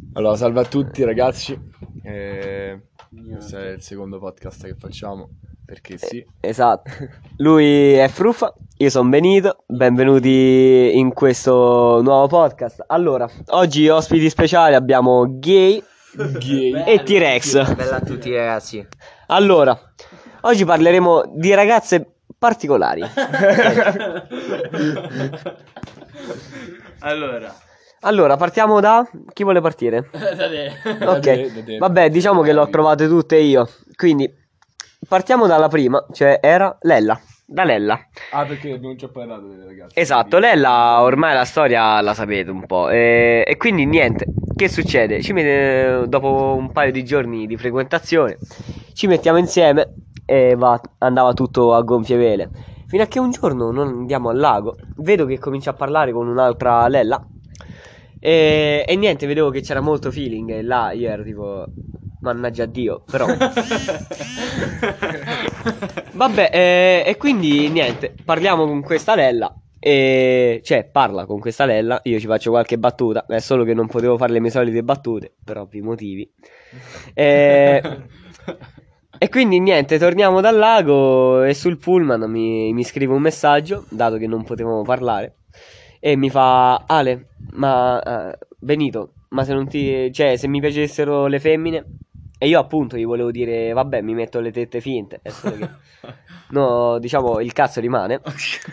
Allora, salve a tutti ragazzi, questo è il secondo podcast che facciamo, perché sì. Esatto, lui è Fruffa, io sono Benito, benvenuti in questo nuovo podcast. Allora, oggi ospiti speciali abbiamo Gay e T-Rex. Bella a tutti ragazzi. Allora, oggi parleremo di ragazze particolari. Allora, partiamo da... chi vuole partire? Da Ok, te. vabbè, diciamo che l'ho trovate tutte io. Quindi, partiamo dalla prima, cioè era Lella. Da Lella. Ah, perché non ci ho parlato delle ragazze. Esatto, Lella ormai la storia la sapete un po'. E quindi niente, che succede? Dopo un paio di giorni di frequentazione, ci mettiamo insieme e andava tutto a gonfie vele. Fino a che un giorno non andiamo al lago, vedo che comincia a parlare con un'altra Lella. E niente, vedevo che c'era molto feeling e là io ero tipo, mannaggia Dio, però vabbè, e quindi niente, parliamo con questa Lella cioè parla con questa Lella, io ci faccio qualche battuta, è solo che non potevo fare le mie solite battute per ovvi motivi. E quindi niente, torniamo dal lago e sul pullman mi scrive un messaggio, dato che non potevamo parlare. E mi fa: Ale, ma Benito, ma se non ti... cioè, se mi piacessero le femmine. E io appunto gli volevo dire: vabbè, mi metto le tette finte. È solo che... no, diciamo, il cazzo rimane.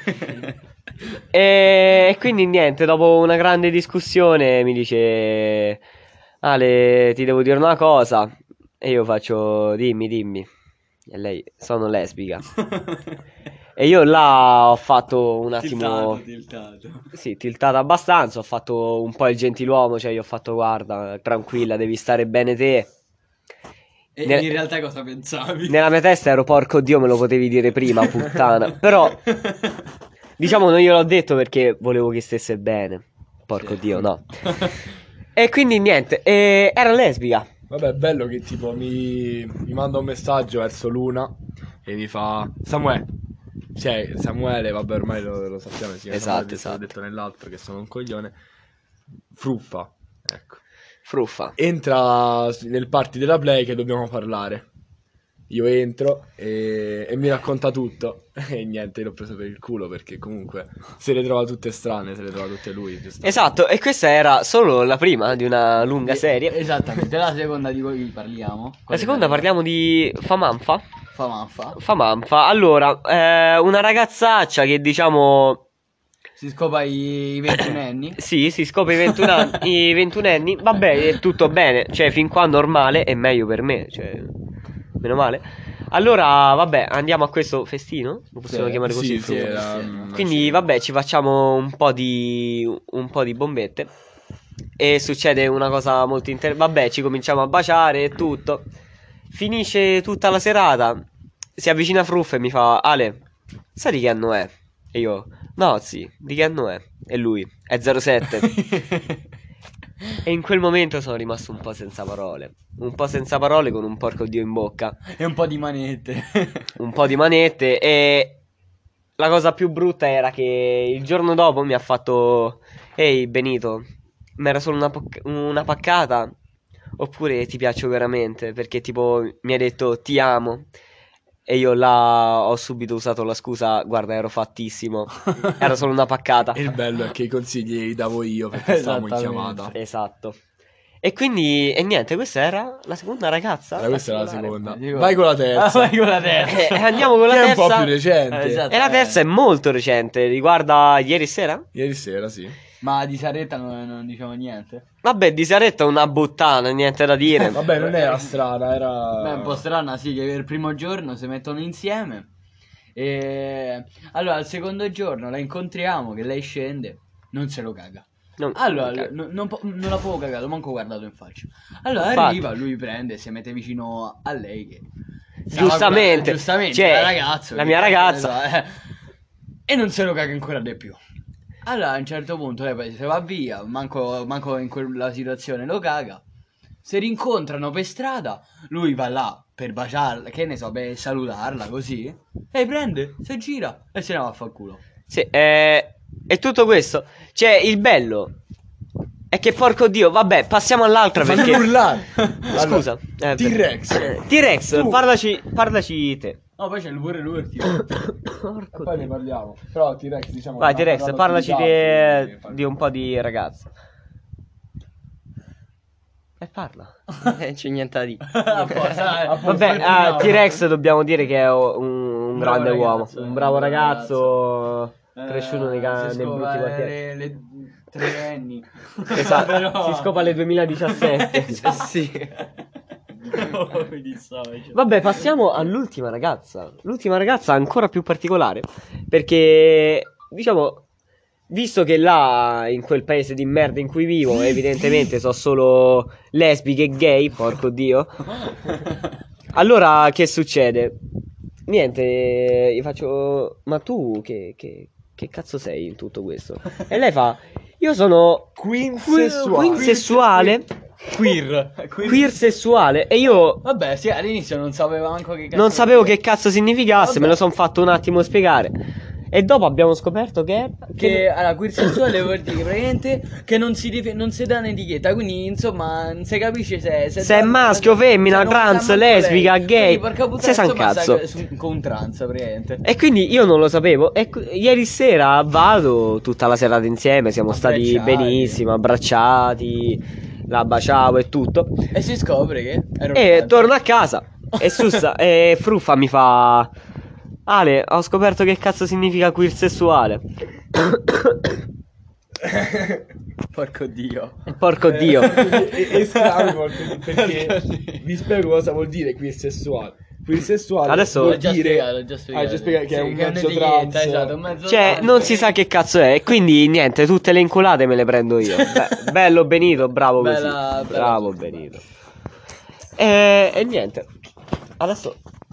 E quindi niente, dopo una grande discussione mi dice: Ale, ti devo dire una cosa. E io faccio: dimmi. E lei: sono lesbica. E io là ho fatto un attimo Tiltato. sì, tiltato abbastanza. Ho fatto un po' il gentiluomo, cioè io ho fatto: guarda, tranquilla, devi stare bene te. E in realtà cosa pensavi? Nella mia testa ero: porco Dio, me lo potevi dire prima, puttana. Però diciamo non gliel'ho detto perché volevo che stesse bene. Porco Dio, no. E quindi niente, era lesbica. Vabbè, è bello che tipo mi manda un messaggio verso l'una e mi fa: Samuele. Cioè, Samuele, vabbè, ormai lo sappiamo, si chiama Esatto, Samuele, l'ho detto nell'altro che sono un coglione. Fruffa, ecco. Fruffa. Entra nel party della Play che dobbiamo parlare. Io entro e mi racconta tutto. E niente, l'ho preso per il culo perché comunque se le trova tutte strane, se le trova tutte lui, giustamente. Esatto, e questa era solo la prima di una lunga serie. Esattamente, la seconda di cui parliamo. La seconda parliamo di Famanfa. Famanfa. Allora, una ragazzaccia che diciamo... Si scopa i 21 anni. Sì, si scopre i 21 anni. Vabbè, è tutto bene. Cioè, fin qua normale, è meglio per me. Cioè, meno male. Allora, vabbè, andiamo a questo festino. Lo possiamo chiamare così? Sì, era Quindi, vabbè, ci facciamo un po' di bombette. E succede una cosa molto interessante. Vabbè, ci cominciamo a baciare e tutto. Finisce tutta la serata. Si avvicina Fruff e mi fa: Ale, sai di che anno è? E io: no, sì, di che anno è? E lui: è 07. E in quel momento sono rimasto un po' senza parole. Un po' senza parole, con un porco Dio in bocca. E un po' di manette. Un po' di manette. E la cosa più brutta era che il giorno dopo mi ha fatto: ehi Benito, ma era solo una paccata? Oppure ti piaccio veramente? Perché tipo mi hai detto ti amo. E io là ho subito usato la scusa: guarda, ero fattissimo, era solo una paccata. E il bello è che i consigli li davo io perché stavamo in Esattamente. chiamata. Esatto. E quindi, e niente, questa era la seconda ragazza. Questa è la particolare. seconda. Vai con la terza. Vai con la terza. Andiamo con la Che è un terza. po' più recente. Esatto. E la terza è molto recente, riguarda ieri sera. Ieri sera, sì. Ma di Saretta non diciamo niente. Vabbè, di Saretta è una buttana, niente da dire. Vabbè, non era strana, era... Beh, è un po' strana, sì, che il primo giorno si mettono insieme. E allora, il secondo giorno la incontriamo, che lei scende, non se lo caga. Allora, non la può cagare, manco guardato in faccia. Allora Infatti. arriva, lui prende, si mette vicino a lei che Giustamente, cioè, la mia ragazza. E non se lo caga ancora di più. Allora a un certo punto lei poi se va via, manco in quella situazione lo caga. Se rincontrano per strada, lui va là per baciarla, che ne so, per salutarla così. E prende, si gira e se ne va a far culo. Sì, è tutto questo. Cioè, il bello È che porco Dio, vabbè, passiamo all'altra Ma perché... non urlare. Scusa. T-Rex. T-Rex, Tu. parlaci te. No, poi c'è pure l'ultimo. Porco Poi ne Dio. parliamo. Però T-Rex diciamo... Vai che non ha T-Rex, parlato parlaci altri, di un po' di ragazze. E parla. C'è niente da dire. Vabbè, T-Rex dobbiamo dire che è un Bravo grande uomo. ragazzo, Un bravo bravo ragazzo. Cresciuto nei si brutti scopa quartieri. le 3 anni. Esatto, Però- si scopa nel 2017. Sì. Mi dissocio. Vabbè, passiamo all'ultima ragazza. L'ultima ragazza ancora più particolare. Perché, diciamo, visto che là, in quel paese di merda in cui vivo, evidentemente so solo lesbiche e gay, porco Dio. Allora, che succede? Niente, gli faccio... Ma tu che cazzo sei in tutto questo? E lei fa... Io sono queen sessuale. Queer sessuale. E io Vabbè, sì, all'inizio non sapeva manco che cazzo. non sapevo che cazzo significasse, Vabbè. me lo sono fatto un attimo spiegare. E dopo abbiamo scoperto Che allora, queer sessuale vuol dire praticamente che non si dà un'etichetta, quindi insomma non si capisce se è maschio, femmina, non trans, sa manco lei. lesbica, gay. Quindi, porca puttana, Se sa un insomma, cazzo. con un trans praticamente. E quindi io non lo sapevo. E ieri sera vado tutta la serata insieme. Siamo stati Abbracciati. benissimo, abbracciati. La baciavo e tutto. E si scopre che era un E trans. torno a casa. E Sussa e Fruffa mi fa: Ale, ho scoperto che cazzo significa queer sessuale. Porco Dio. Porco Dio. È strano perché vi spiego cosa vuol dire queer sessuale. Queer sessuale Adesso- vuol L'ho già dire... spiegato, l'ho già spiegato. Ah, già spiegato che è un mezzo un'etichetta, trans. esatto, un mezzo Cioè, trans. non si sa che cazzo è. E quindi niente, tutte le inculate me le prendo io. Bello Benito, bravo così. Bella- bella Bravo cosa. Benito. E niente. Adesso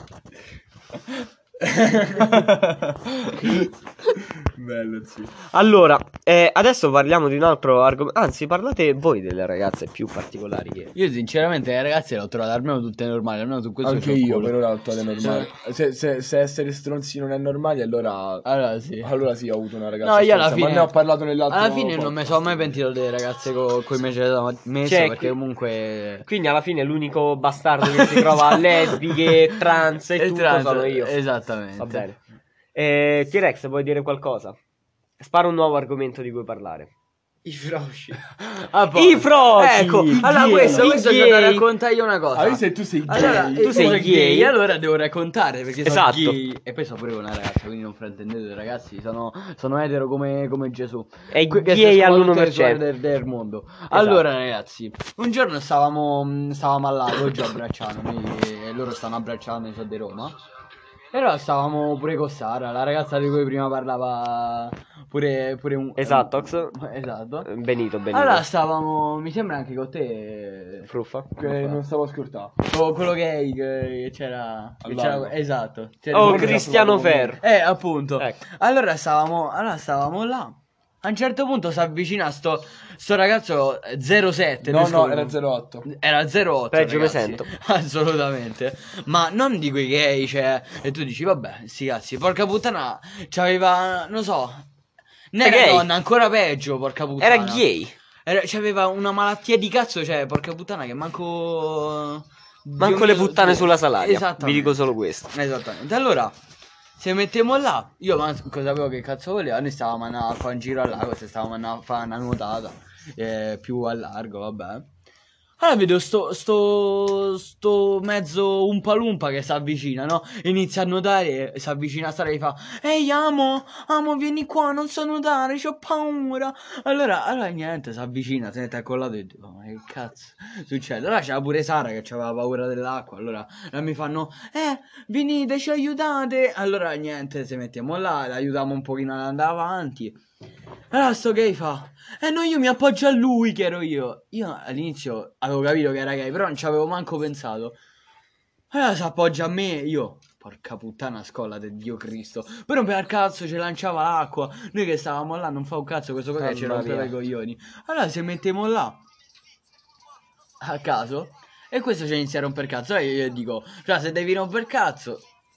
Bello, sì. allora, adesso parliamo di un altro argomento. Anzi, parlate voi delle ragazze più particolari che... Io sinceramente le ragazze le ho trovate almeno tutte normali, almeno su questo Anche c'ho io culo. per ora ho trovato normale. Se essere stronzi non è normale, allora Allora sì. sì, ho avuto una ragazza No, io alla stronza, fine ma ne ho parlato nell'altro alla fine non podcast. mi sono mai pentito delle ragazze con i mesi da messa, Cioè, perché comunque Quindi alla fine l'unico bastardo che si trova lesbiche, trans e tutto trans, sono io. Esattamente. Va bene. T-Rex, vuoi dire qualcosa? Spara un nuovo argomento di cui parlare. I froci. Ah, poi- I froci, Ecco, i allora gay, questo i c'è da gay. raccontare io una cosa. Ah, se tu sei gay. Allora, tu sei sono gay. allora devo raccontare perché Esatto. sono gay. E poi sono pure una ragazza, quindi non fraintendete ragazzi, sono etero come Gesù. È Che gay si scopa all'1%. tutte le storie del mondo. Allora ragazzi, un giorno stavamo al lago già abbracciandomi, e loro stanno abbracciando, sono di Roma. E allora stavamo pure con Sara, la ragazza di cui prima parlava pure un... Esattox. Esatto. Benito. Allora stavamo, mi sembra anche con te, Fruffa. Che non stavo ascoltando. quello gay che c'era, Lago. esatto. Oh, Ricordo Cristiano che Ferro. Appunto. Ecco. Allora stavamo là. A un certo punto si avvicina sto ragazzo 07. No, lui scrive- era 08. Era 08. Peggio mi ragazzi. sento. Assolutamente. Ma non di quei gay, cioè. E tu dici, vabbè, sti cazzi, porca puttana. C'aveva, non so. Ne Era era gay. donna, ancora peggio, porca puttana. Era gay. C'aveva una malattia di cazzo, cioè, porca puttana, che manco. Manco Dio le mio, puttane sulla salaria. Esattamente. Vi dico solo questo. Esattamente. Allora, se mettiamo là, io cosa sapevo che cazzo voleva, noi stavamo a fare un giro al lago, se stavamo a fare una nuotata, più a largo, vabbè. Allora vedo sto mezzo Umpa che si avvicina, no? Inizia a nuotare, si avvicina a Sara e gli fa: ehi amo, vieni qua, non so nuotare, c'ho paura. Allora niente, si avvicina, se ne mette a lato e dico: ma che cazzo succede? Allora c'era pure Sara che aveva paura dell'acqua, allora mi fanno: venite, ci aiutate. Allora niente, se mettiamo là, l'aiutiamo un pochino ad andare avanti. Allora sto gay fa: no, io mi appoggio a lui, che ero io. Io all'inizio avevo capito che era gay, però non ci avevo manco pensato. Allora si appoggia a me, io, porca puttana, scolla di Dio Cristo. Però per cazzo ci lanciava l'acqua. Noi che stavamo là non fa un cazzo, questo qua che ci Mamma rompeva mia. i coglioni. Allora se mettiamo là a caso, e questo ci inizia a romper cazzo. E io dico: cioè, se devi romper cazzo,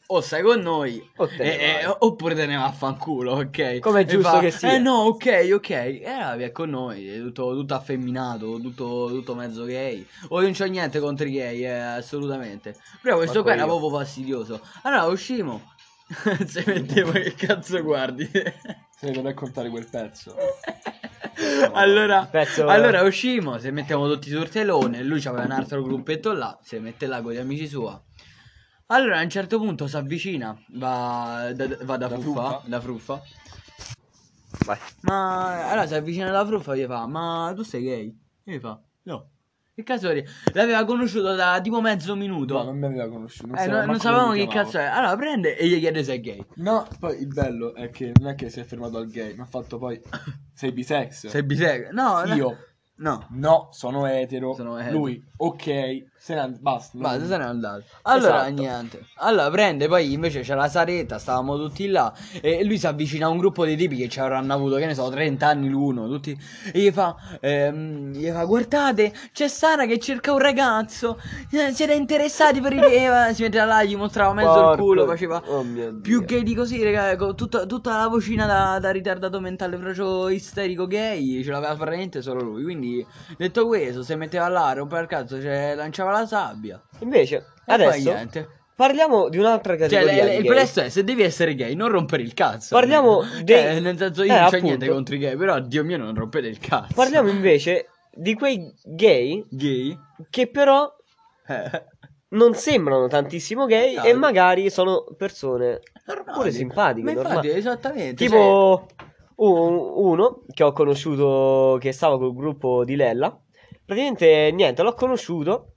o stai con noi O te ne vai. oppure te ne vai a fanculo, ok? Come è E giusto che sia. no, ok. E allora via con noi, è tutto affemminato, tutto mezzo gay. O io non c'ho niente contro i gay, assolutamente. Però questo Manco qua era io. proprio fastidioso. Allora uscimmo. Se mettevo che cazzo guardi. Se devo raccontare quel pezzo. Allora, Pezzo- allora uscimmo, se mettiamo tutti sul telone, lui c'aveva un altro gruppetto là, si mette là con gli amici sua. Allora a un certo punto si avvicina, va da Fruffa, da Fruffa. Vai. Ma allora si avvicina alla Fruffa e gli fa, ma tu sei gay? E gli fa, no. Che cazzo è? L'aveva conosciuto da tipo mezzo minuto. No, non mi aveva conosciuto. Non sapevamo che cazzo è. Allora prende e gli chiede se è gay. No, poi il bello è che non è che si è fermato al gay, ma ha fatto poi sei bisex. Sei bisexual? No, Io no. no, sono etero. Sono etero. Lui ok, se ne basta. Basta, se n'è andato. Allora, Esatto. niente. Allora prende, poi invece c'è la Saretta, stavamo tutti là. E lui si avvicina a un gruppo di tipi che ci avranno avuto, che ne so, 30 anni l'uno. Tutti. E gli fa, guardate, c'è Sara che cerca un ragazzo. Siete interessati per i gay? Si metteva là, gli mostrava mezzo il Porco- culo, faceva. Oh mio Dio. Più gay di così, raga, con tutta la vocina da ritardato mentale, proprio isterico gay, ce l'aveva veramente solo lui. Quindi, detto questo, se metteva là, rompeva il cazzo, cioè, lanciava la sabbia. Invece, E poi adesso niente. parliamo di un'altra Cioè, categoria di il gay. presto è, se devi essere gay, non rompere il cazzo. Parliamo Cioè, dei- nel senso, io non c'ho appunto. niente contro i gay, però, Dio mio, non rompete il cazzo. Parliamo invece di quei gay Gay? che però non sembrano tantissimo gay No. e magari sono persone Normali. pure simpatiche, Ma infatti, normali. esattamente. Tipo uno che ho conosciuto che stava col gruppo di Lella. Praticamente niente, l'ho conosciuto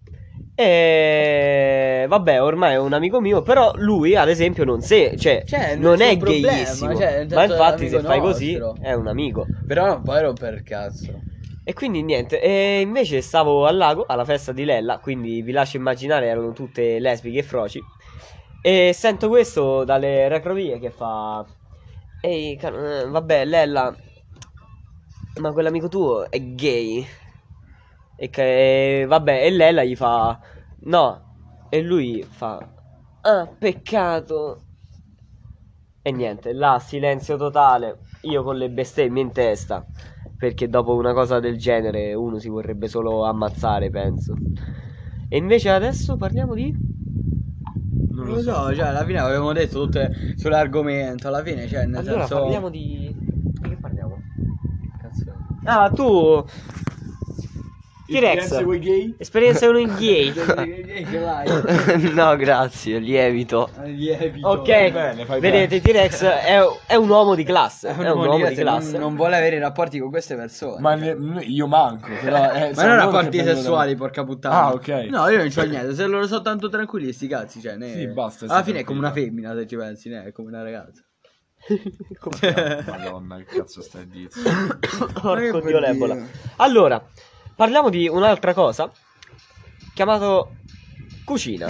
e vabbè, ormai è un amico mio, però lui ad esempio Cioè, non c'è è un problema, gayissimo. cioè, nel Ma senso, infatti è se amico fai così nostro. è un amico. Però non puoi rompere il cazzo. E quindi niente, e invece stavo al lago, alla festa di Lella, quindi vi lascio immaginare erano tutte lesbiche e froci. E sento questo dalle retrovie che fa: ehi, vabbè, Lella, ma quell'amico tuo è gay. Vabbè, e Lella gli fa: no. E lui fa: ah, peccato. E niente, là silenzio totale. Io con le bestemmie in testa. Perché dopo una cosa del genere uno si vorrebbe solo ammazzare, penso. E invece adesso parliamo di... Non lo so, cioè, alla fine avevamo detto tutte sull'argomento. Alla fine, cioè, nel Allora senso. parliamo di... che parliamo? Cazzo. Ah, tu... T-Rex. Esperienze coi gay? Esperienza con un gay. Che vai? No, grazie, lievito. Lievito. Ok, bene, fai vedete, T-Rex è un uomo di classe. È un uomo di Ragazzi, classe. non vuole avere rapporti con queste persone. Ma io manco, però Ma non rapporti sessuali, porca puttana. Ah, ok. No, io non c'ho niente. Se loro sono tanto tranquilli, sti cazzi. Cioè, Sì, basta, Alla stai fine è come una tranquilla. femmina, se ci pensi, né? È come una ragazza. Madonna, che cazzo stai a dire? Porco Dio l'Ebola. Allora, parliamo di un'altra cosa chiamato cucina.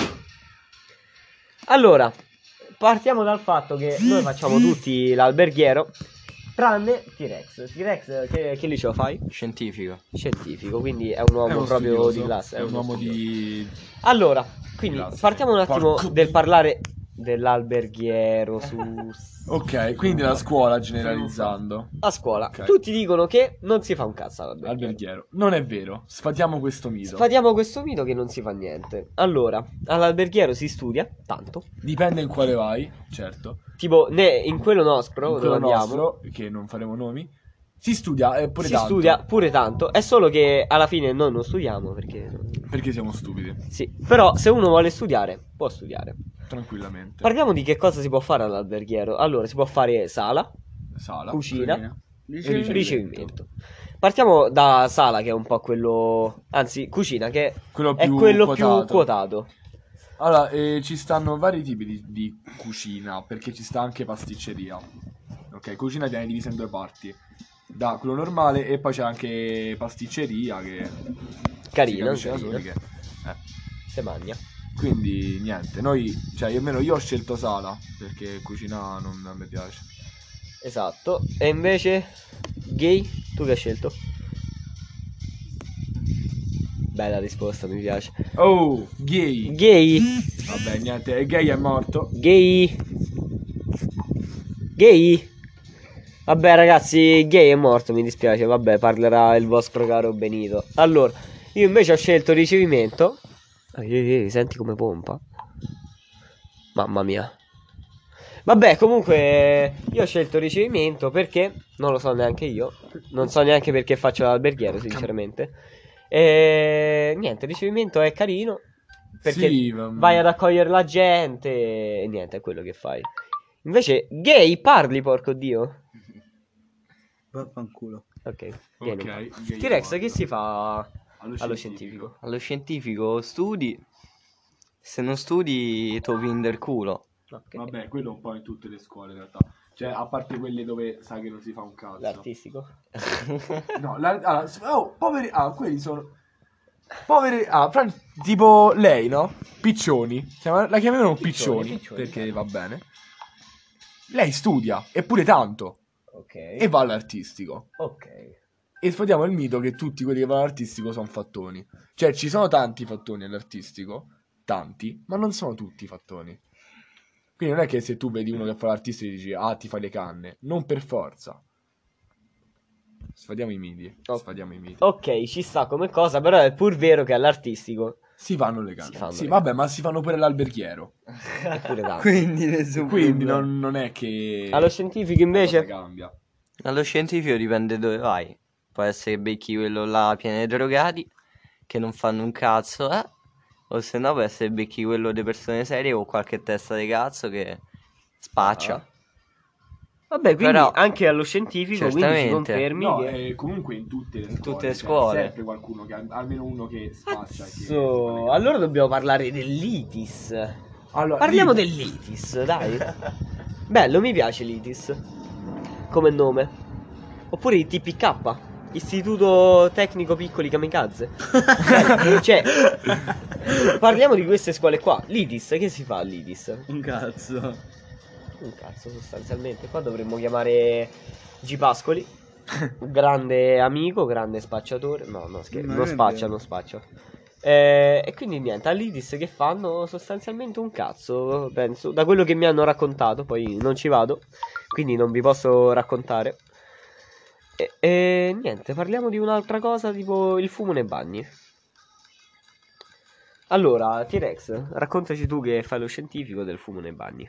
Allora, partiamo dal fatto che noi facciamo tutti l'alberghiero, tranne T-Rex. T-Rex, che liceo fai? Scientifico. Scientifico, quindi è un uomo È uno proprio studioso, di classe. È un uomo studioso. di... Allora, quindi Grazie. partiamo un attimo Porco del Dio. parlare dell'alberghiero su... Ok, quindi la scuola generalizzando. A scuola. Ok. Tutti dicono che non si fa un cazzo all'alberghiero. Alberghiero. Non è vero, sfatiamo questo mito. Sfatiamo questo mito che non si fa niente. Allora, all'alberghiero si studia tanto. Dipende in quale vai, certo. Tipo, in quello nostro, In quello dove andiamo, nostro, che non faremo nomi, si studia pure si tanto. studia pure tanto. È solo che alla fine noi non studiamo perché... Perché siamo stupidi, Sì, però se uno vuole studiare, può studiare. tranquillamente. Parliamo di che cosa si può fare all'alberghiero. Allora, si può fare sala, Sala. cucina, Ricevimento. ricevimento. Partiamo da sala, che è un po' quello... Anzi, cucina, che Quello è più quello quotato. più quotato. Allora, ci stanno vari tipi di cucina, perché ci sta anche pasticceria. Ok, cucina viene divisa in due parti. Da quello normale e poi c'è anche pasticceria che... Carina, si capisce da carina. soli che... Se magna. Quindi niente, noi, cioè almeno io ho scelto sala, perché cucina non a me piace. Esatto. E invece, gay, tu che hai scelto? Bella risposta, mi piace. Oh, gay. Gay. Vabbè, niente, gay è morto. Gay. Gay. Vabbè ragazzi, gay è morto, mi dispiace. Vabbè, parlerà il vostro caro Benito. Allora, io invece ho scelto ricevimento. Senti come pompa. Mamma mia. Vabbè, comunque io ho scelto ricevimento perché non lo so neanche io. Non so neanche perché faccio l'alberghiero, sinceramente. E niente, ricevimento è carino perché Sì, vai ad accogliere la gente e niente, è quello che fai. Invece gay parli, porco dio. Vaffanculo. Ok, gay non parli. gay T-Rex, è che si fa allo allo scientifico? scientifico? Allo scientifico studi. Se non studi, ti il culo. Ok. Vabbè, quello un po' in tutte le scuole in realtà. Cioè, a parte quelle dove sai che non si fa un cazzo. L'artistico? No, poveri. Quelli sono. Poveri. Tipo lei, no? Piccioni. La chiamavano Piccioni. Piccioni, Perché va bene. Lei studia, eppure tanto. Ok. E va all'artistico. Ok. E sfodiamo il mito che tutti quelli che vanno all'artistico sono fattoni. Cioè, ci sono tanti fattoni all'artistico. Tanti, ma non sono tutti fattoni. Quindi non è che se tu vedi uno che fa l'artistico dici, ah, ti fai le canne. Non per forza. Sfadiamo i miti. Sfadiamo i miti. Ok, ci sta come cosa, però è pur vero che all'artistico Si fanno le canne. Si fanno Sì, le vabbè, ma si fanno pure l'alberghiero. è pure tanto. Quindi nessun Quindi problema. non è che... Allo scientifico la invece? cosa cambia. Allo scientifico dipende dove vai. Può essere che becchi quello là pieno di drogati che non fanno un cazzo, eh? O se no può essere becchi quello di persone serie o qualche testa di cazzo che spaccia. Vabbè, quindi Però- anche allo scientifico, quindi ci Certamente. confermi No, che... comunque in tutte le scuole. tutte le c'è scuole. sempre qualcuno che almeno uno che spaccia. e che si fa le So, canne. allora dobbiamo parlare dell'ITIS. Allora, Parliamo lì- dell'ITIS, dai. Bello, mi piace l'ITIS come nome. Oppure il TPK, Istituto Tecnico Piccoli Kamikaze. Cioè, parliamo di queste scuole qua. L'ITIS, che si fa all'ITIS? Un cazzo. Un cazzo, sostanzialmente. Qua dovremmo chiamare G Pascoli. Grande amico, grande spacciatore. No, scherzo. Ma Non non è spaccia, vero. non spaccia. E quindi niente, all'IDIS che fanno sostanzialmente un cazzo, penso. Da quello che mi hanno raccontato, poi non ci vado, quindi non vi posso raccontare. E niente, parliamo di un'altra cosa, tipo il fumo nei bagni. Allora, T-Rex, raccontaci tu che fai lo scientifico del fumo nei bagni.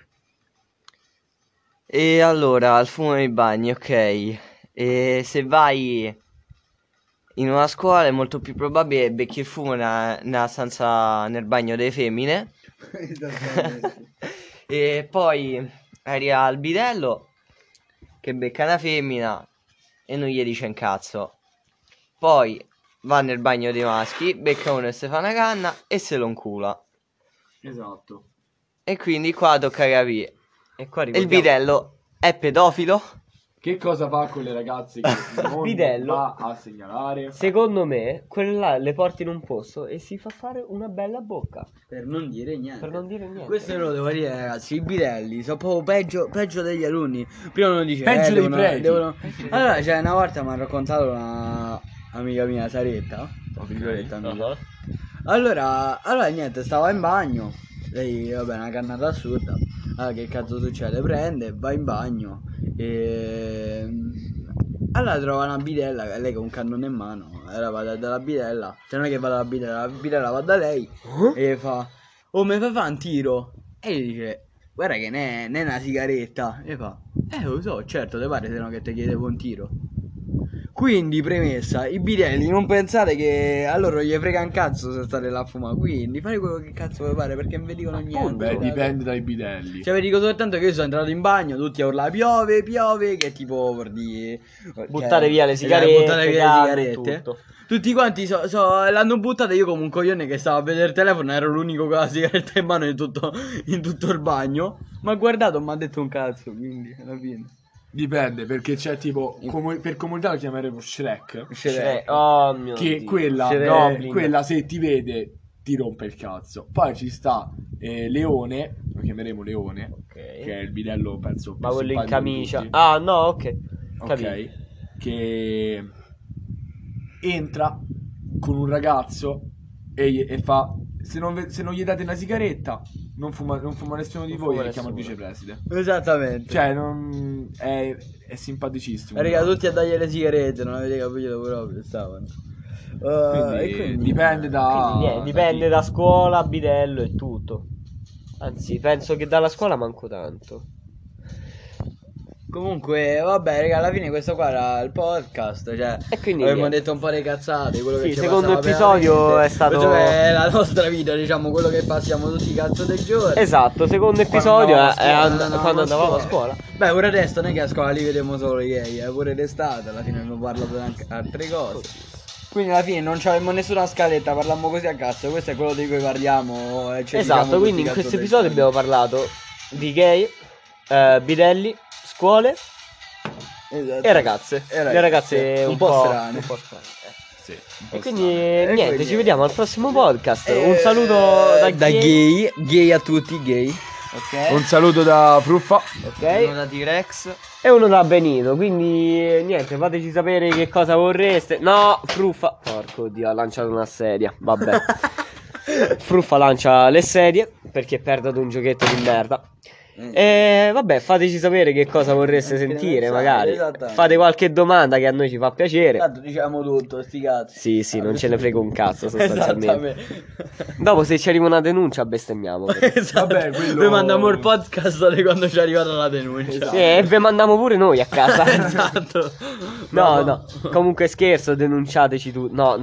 E allora, al fumo nei bagni, ok. E se vai in una scuola è molto più probabile che becchi il fumo nella stanza nel bagno delle femmine. E poi arriva al bidello che becca una femmina e non gli dice un cazzo. Poi va nel bagno dei maschi, becca uno e si fa una canna e se lo incula. Esatto. E quindi qua tocca capire. E qua E il ricordiamo- bidello è pedofilo? Che cosa fa con le ragazze che non Bidello. va a segnalare? Secondo me, quella le porti in un posto e si fa fare una bella bocca. Per non dire niente. Per non dire niente. Questo lo devo dire, ragazzi. I bidelli sono proprio peggio degli alunni. Prima uno dice Peggio dei preti. Allora, c'è una volta mi ha raccontato una amica mia, Saretta. Tra virgolette, amica. Uh-huh. Allora niente, stava in bagno. Lei, vabbè, una cannata assurda. Allora, che cazzo succede? Prende, va in bagno. E allora trova una bidella, lei con un cannone in mano. Allora va dalla bidella. Cioè non è che va dalla bidella, la bidella va da lei. E fa: oh, mi fai fare un tiro? E gli dice: guarda che ne è una sigaretta. E fa: lo so, certo, te pare se no che ti chiedevo un tiro. Quindi, premessa, i bidelli non pensate che a loro gli frega un cazzo se state là a fumare. Quindi fate quello che cazzo vuoi fare perché non vi dicono niente. Beh, dipende dai bidelli. Cioè, vi dico soltanto che io sono entrato in bagno, tutti a urlare piove, che tipo per dire Buttare via le esatto, sigarette, buttare via le canne, sigarette. tutto. Tutti quanti l'hanno buttata, io come un coglione che stava a vedere il telefono, ero l'unico con la sigaretta in mano in tutto il bagno. Ma guardato, mi ha detto un cazzo, quindi alla fine. Dipende, perché c'è tipo, per comunità lo chiameremo Shrek. Oh mio Che Dio. quella, Goblin. se ti vede ti rompe il cazzo. Poi ci sta Leone, lo chiameremo Leone, Ok. che è il bidello penso più Ma quello in simpatico di camicia. tutti. Ah, no, ok. Capito. Ok, che entra con un ragazzo e fa: se non gli date una sigaretta, non fuma nessuno di Non voi, fuma e chiama il nessuno. vicepresidente. Esattamente. Cioè, è simpaticissimo. Raga, tutti a dargli le sigarette, non avete capito proprio, stavano. Quindi dipende Quindi niente, dipende da scuola, bidello e tutto. Anzi, penso che dalla scuola manco tanto. Comunque, vabbè, raga, alla fine questo qua era il podcast, cioè E quindi abbiamo niente. detto un po' di cazzate, quello Sì, che ci secondo passava per la episodio mente. è stato- Questo è la nostra vita, diciamo, quello che passiamo tutti i cazzo del giorno. Esatto, secondo episodio quando andavamo a scuola. Beh, ora adesso non è che a scuola li vediamo solo i gay, pure d'estate, alla fine abbiamo parlato anche altre cose. Quindi alla fine non c'avevamo nessuna scaletta, parlammo così a cazzo, questo è quello di cui parliamo. E ci Esatto, diciamo quindi tutti in cazzo questo del episodio culo. abbiamo parlato di gay, bidelli, scuole Esatto. e ragazze. Le ragazze un po' strane. un po' strane. Sì, un po' E quindi strano. niente, quindi- ci vediamo al prossimo podcast. Un saluto da gay. gay a tutti, gay. Ok. Un saluto da Fruffa. Ok. Uno da T-Rex. E uno da Benino, quindi niente, fateci sapere che cosa vorreste. No, Fruffa. Porco Dio, ha lanciato una sedia. Vabbè. Fruffa lancia le sedie perché perde ad un giochetto di merda. E vabbè, fateci sapere che cosa vorreste sentire, pensate, magari. esattamente. Fate qualche domanda che a noi ci fa piacere. Tanto diciamo tutto, sti cazzi. Sì, sì, non ce ne frega un cazzo sostanzialmente. Esattamente. Dopo se ci arriva una denuncia bestemmiamo. Esatto. Vabbè, quello- Noi mandiamo il podcast di quando ci è arrivata la denuncia. Sì, e ve mandiamo pure noi a casa. Esatto. No, comunque scherzo, denunciateci tu. No,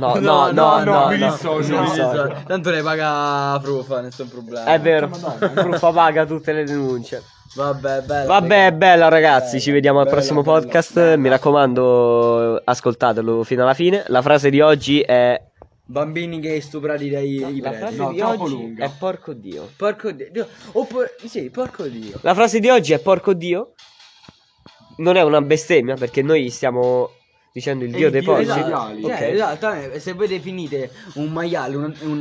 mi dissocio, mi mi dissocio. Tanto ne paga Frufa, nessun problema. È vero, Fruffa paga tutte le denunce. Vabbè, bello. Vabbè, è bella ragazzi, ci vediamo al bella, prossimo bella, podcast. bella. Mi raccomando, ascoltatelo fino alla fine. La frase di oggi è... Bambini gay stuprati dai La preti. frase No, di troppo oggi lunga. è porco Dio. Porco Dio. Sì, porco Dio. La frase di oggi è porco Dio. Non è una bestemmia perché noi stiamo dicendo il Dio dei Dio dei porci. maiali. Cioè, Ok. esattamente, se voi definite un maiale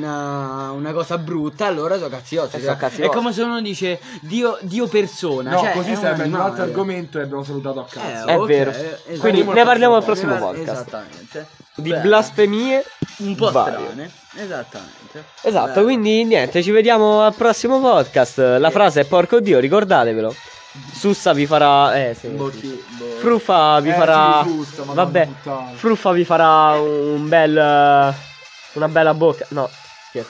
una cosa brutta, allora sono cazziotti. Sono cazziotti. È come se uno dice Dio persona. No, cioè, così è stai prendendo un altro animale. argomento e abbiamo salutato a cazzo. È ok, vero. esatto. Quindi ne parliamo al prossimo Ne par- podcast. Esattamente. Di Beh, blasfemie un po' varie. strane. Esattamente. Esatto, Beh. quindi niente, ci vediamo al prossimo podcast. La frase è porco Dio, ricordatevelo. Sussa vi farà... sì. Fruffa vi farà... sì, Sussa, madonna Vabbè, puttana. Fruffa vi farà un bel... una bella bocca. No, scherzo.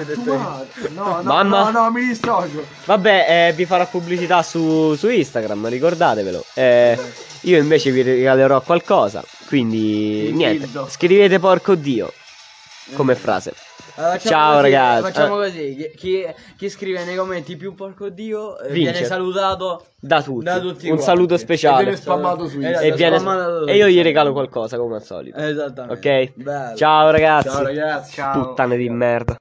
Mamma. No, mi dissocio. Vabbè, vi farà pubblicità su Instagram, ricordatevelo. Io invece vi regalerò qualcosa. Quindi Il niente, dildo. scrivete porco Dio come frase. Allora, Ciao, così, ragazzi. Facciamo così: chi scrive nei commenti più porco Dio Vince. viene salutato Da tutti. da tutti Un quanti. saluto E speciale. viene spammato su Esatto, Instagram. spammato E io gli su regalo Instagram. qualcosa come al solito. Esattamente. Ok? Bello. Ciao ragazzi. Ciao ragazzi. Puttane di merda.